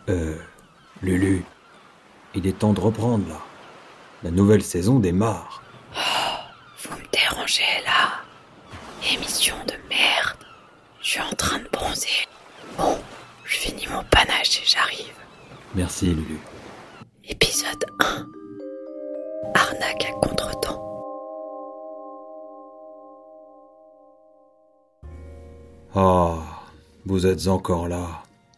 Euh, Lulu, il est temps de reprendre là. La nouvelle saison démarre. Vous me dérangez là. Émission de merde. Je suis en train de bronzer. Bon, je finis mon panache et j'arrive. Merci Lulu. Épisode 1. Arnaque à contretemps. Ah, vous êtes encore là.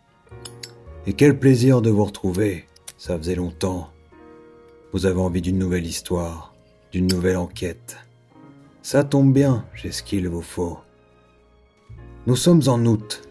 Et quel plaisir de vous retrouver. Ça faisait longtemps. Vous avez envie d'une nouvelle histoire, d'une nouvelle enquête. Ça tombe bien, j'ai ce qu'il vous faut. Nous sommes en août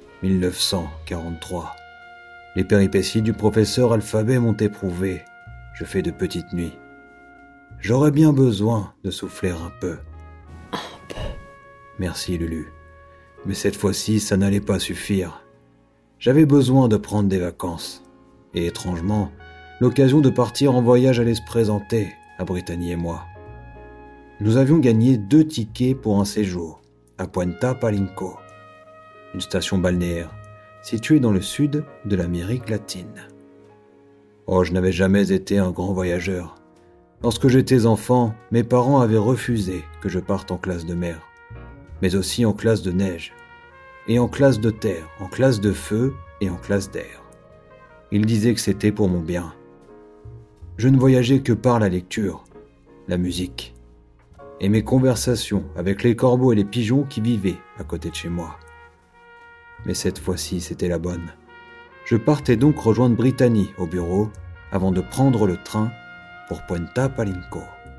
1943. Les péripéties du professeur Alphabet m'ont éprouvé. Je fais de petites nuits. J'aurais bien besoin de souffler un peu. Un peu. Merci Lulu. Mais cette fois-ci, ça n'allait pas suffire. J'avais besoin de prendre des vacances. Et étrangement, l'occasion de partir en voyage allait se présenter à Brittany et moi. Nous avions gagné 2 tickets pour un séjour à Puerto Palinco, une station balnéaire située dans le sud de l'Amérique latine. Oh, je n'avais jamais été un grand voyageur. Lorsque j'étais enfant, mes parents avaient refusé que je parte en classe de mer, mais aussi en classe de neige, et en classe de terre, en classe de feu et en classe d'air. Ils disaient que c'était pour mon bien. Je ne voyageais que par la lecture, la musique, et mes conversations avec les corbeaux et les pigeons qui vivaient à côté de chez moi. Mais cette fois-ci, c'était la bonne. Je partais donc rejoindre Brittany au bureau avant de prendre le train pour Puerto Palinco.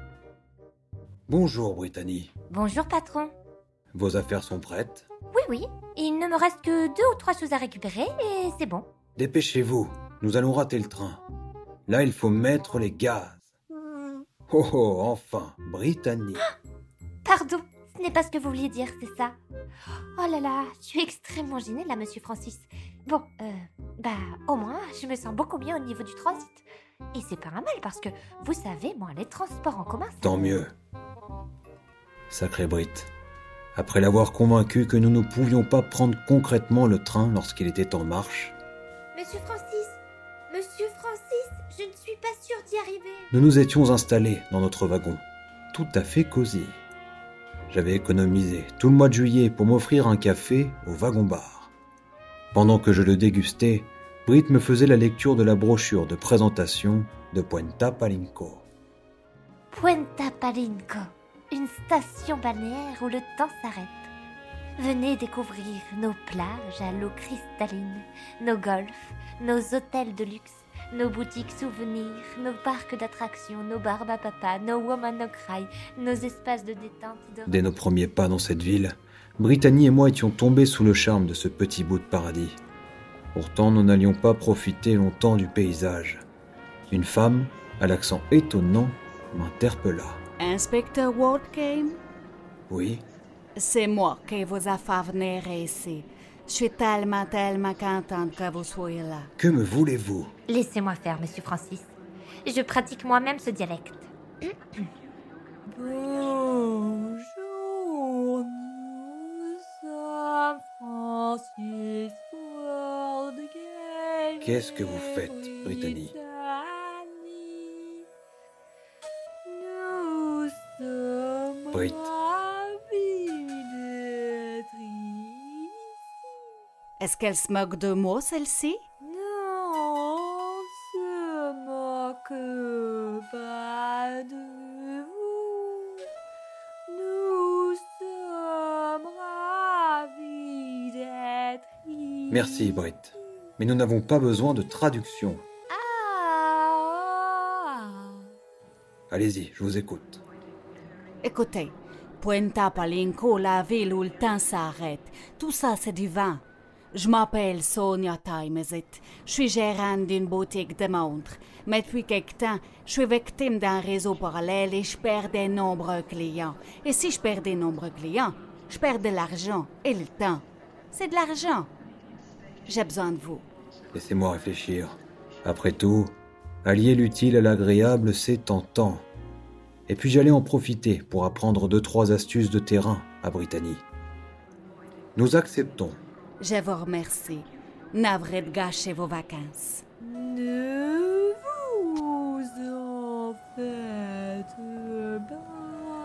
Bonjour Brittany. Bonjour patron. Vos affaires sont prêtes? Oui, il ne me reste que 2 ou 3 choses à récupérer et c'est bon. Dépêchez-vous, nous allons rater le train. Là, il faut mettre les gaz. Oh, enfin, Brittany. Pardon, ce n'est pas ce que vous vouliez dire, c'est ça? Oh là là, je suis extrêmement gênée là, monsieur Francis. Bon, au moins, je me sens beaucoup mieux au niveau du transit. Et c'est pas un mal parce que, vous savez, moi, les transports en commun, ça... Tant mieux. Sacré Brit. Après l'avoir convaincu que nous ne pouvions pas prendre concrètement le train lorsqu'il était en marche, Monsieur Francis, je ne suis pas sûre d'y arriver. nous nous étions installés dans notre wagon, tout à fait cosy. J'avais économisé tout le mois de juillet pour m'offrir un café au wagon-bar. Pendant que je le dégustais, Brit me faisait la lecture de la brochure de présentation de Puerto Palinco. Puerto Palinco, une station balnéaire où le temps s'arrête. Venez découvrir nos plages à l'eau cristalline, nos golfs, nos hôtels de luxe, nos boutiques souvenirs, nos parcs d'attractions, nos barbes à papa, nos woman no cry, nos espaces de détente. Dès nos premiers pas dans cette ville, Brittany et moi étions tombés sous le charme de ce petit bout de paradis. Pourtant, nous n'allions pas profiter longtemps du paysage. Une femme, à l'accent étonnant, m'interpella. Inspecteur Wardcame, Oui, c'est moi qui vous a fait venir ici. Je suis tellement contente que vous soyez là. que me voulez-vous? Laissez-moi faire, monsieur Francis. Je pratique moi-même ce dialecte. Bonjour, nous sommes Francis Wardcame. Qu'est-ce que vous faites, Brittany? Nous sommes Brit. ravis d'être ici. Est-ce qu'elle se moque de moi, celle-ci? Non, se moque pas de vous. Nous sommes ravis d'être ici. Merci, Brit. Mais nous n'avons pas besoin de traduction. Ah. Allez-y, je vous écoute. Écoutez, Puerto Palinco, la ville où le temps s'arrête, tout ça c'est du vent. Je m'appelle Sonia Timesit. Je suis gérante d'une boutique de montres. Mais depuis quelque temps, je suis victime d'un réseau parallèle et je perds de nombreux clients. Et si je perds de nombreux clients, je perds de l'argent et le temps. C'est de l'argent. J'ai besoin de vous. Laissez-moi réfléchir. Après tout, allier l'utile à l'agréable, c'est tentant. Et puis j'allais en profiter pour apprendre 2-3 astuces de terrain à Brittany. Nous acceptons. Je vous remercie. Navré de gâcher vos vacances.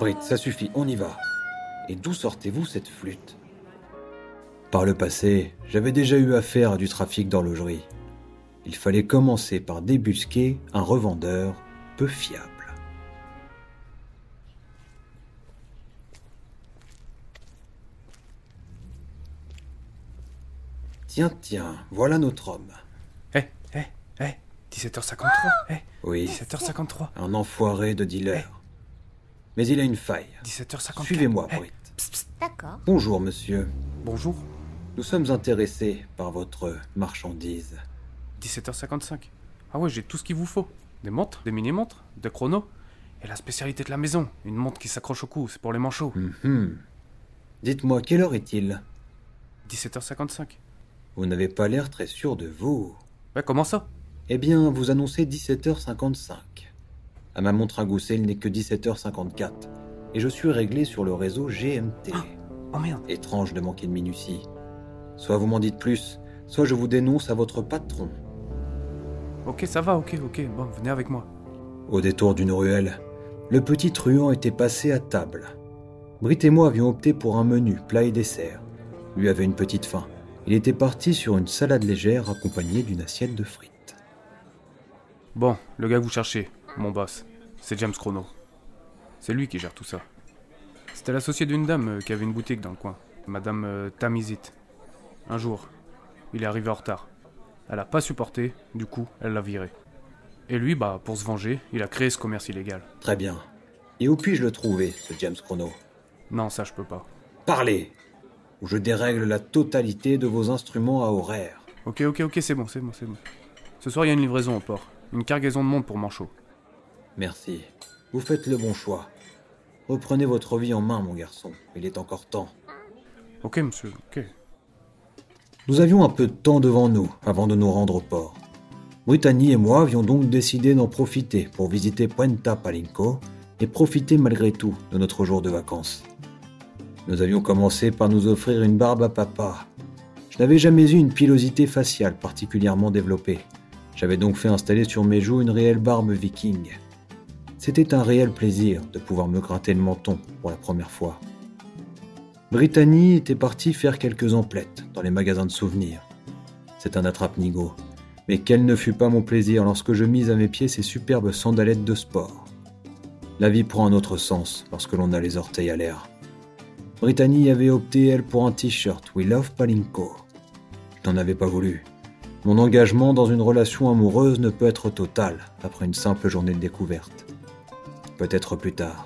Brit, ça suffit, on y va. Et d'où sortez-vous cette flûte ? Par le passé, j'avais déjà eu affaire à du trafic d'horlogerie. Il fallait commencer par débusquer un revendeur peu fiable. Tiens, voilà notre homme. 17h53, Oui, 17h53, un enfoiré de dealer. Mais il a une faille. 17h54. Suivez-moi, Brit. D'accord. Bonjour, monsieur. Bonjour, Nous sommes intéressés par votre marchandise. 17h55. Ah ouais, j'ai tout ce qu'il vous faut. Des montres, des mini-montres, des chronos. Et la spécialité de la maison, une montre qui s'accroche au cou, c'est pour les manchots. Dites-moi, quelle heure est-il ? 17h55. Vous n'avez pas l'air très sûr de vous. Ouais, comment ça? Eh bien, vous annoncez 17h55. À ma montre à gousset, il n'est que 17h54. Et je suis réglé sur le réseau GMT. Oh merde. Étrange de manquer de minutie. Soit vous m'en dites plus, soit je vous dénonce à votre patron. Ok, ça va, ok, bon, venez avec moi. Au détour d'une ruelle, le petit truand était passé à table. Brit et moi avions opté pour un menu, plat et dessert. Lui avait une petite faim. Il était parti sur une salade légère accompagnée d'une assiette de frites. Bon, le gars que vous cherchez, mon boss, c'est James Chrono. C'est lui qui gère tout ça. C'était l'associé d'une dame qui avait une boutique dans le coin, Madame Tamizit. Un jour, il est arrivé en retard. Elle a pas supporté, du coup, elle l'a viré. Et lui, pour se venger, il a créé ce commerce illégal. Très bien. Et où puis-je le trouver, ce James Chrono ? Non, ça je peux pas. Parlez, ou je dérègle la totalité de vos instruments à horaire. Ok, c'est bon. Ce soir, il y a une livraison au port. Une cargaison de montres pour manchots. Merci. Vous faites le bon choix. Reprenez votre vie en main, mon garçon. Il est encore temps. Ok, monsieur, ok. Nous avions un peu de temps devant nous avant de nous rendre au port. Brittany et moi avions donc décidé d'en profiter pour visiter Puenta Palinco et profiter malgré tout de notre jour de vacances. Nous avions commencé par nous offrir une barbe à papa. Je n'avais jamais eu une pilosité faciale particulièrement développée. J'avais donc fait installer sur mes joues une réelle barbe viking. C'était un réel plaisir de pouvoir me gratter le menton pour la première fois. Brittany était partie faire quelques emplettes dans les magasins de souvenirs. C'est un attrape-nigo. Mais quel ne fut pas mon plaisir lorsque je mis à mes pieds ces superbes sandalettes de sport. La vie prend un autre sens lorsque l'on a les orteils à l'air. Brittany avait opté, elle, pour un t-shirt « We love Palinco ». Je n'en avais pas voulu. Mon engagement dans une relation amoureuse ne peut être total après une simple journée de découverte. Peut-être plus tard.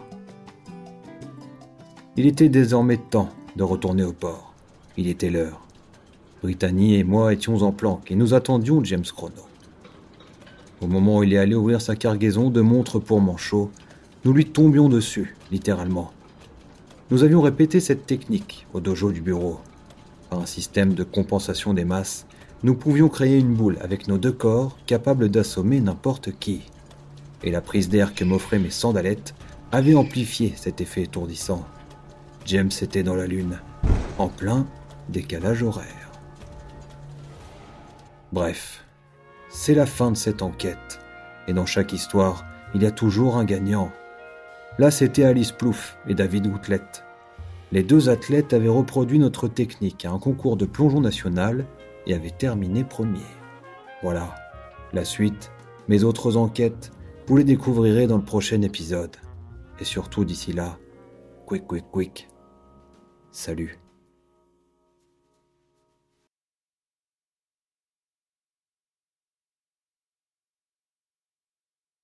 Il était désormais temps de retourner au port. Il était l'heure. Brittany et moi étions en planque et nous attendions James Chrono. Au moment où il est allé ouvrir sa cargaison de montres pour manchots, nous lui tombions dessus, littéralement. Nous avions répété cette technique au dojo du bureau. Par un système de compensation des masses, nous pouvions créer une boule avec nos deux corps capables d'assommer n'importe qui. Et la prise d'air que m'offraient mes sandalettes avait amplifié cet effet étourdissant. James était dans la lune, en plein décalage horaire. Bref, c'est la fin de cette enquête. Et dans chaque histoire, il y a toujours un gagnant. Là, c'était Alice Plouffe et David Goutlet. Les deux athlètes avaient reproduit notre technique à un concours de plongeon national et avaient terminé premier. Voilà, la suite, mes autres enquêtes, vous les découvrirez dans le prochain épisode. Et surtout d'ici là, quick. Salut.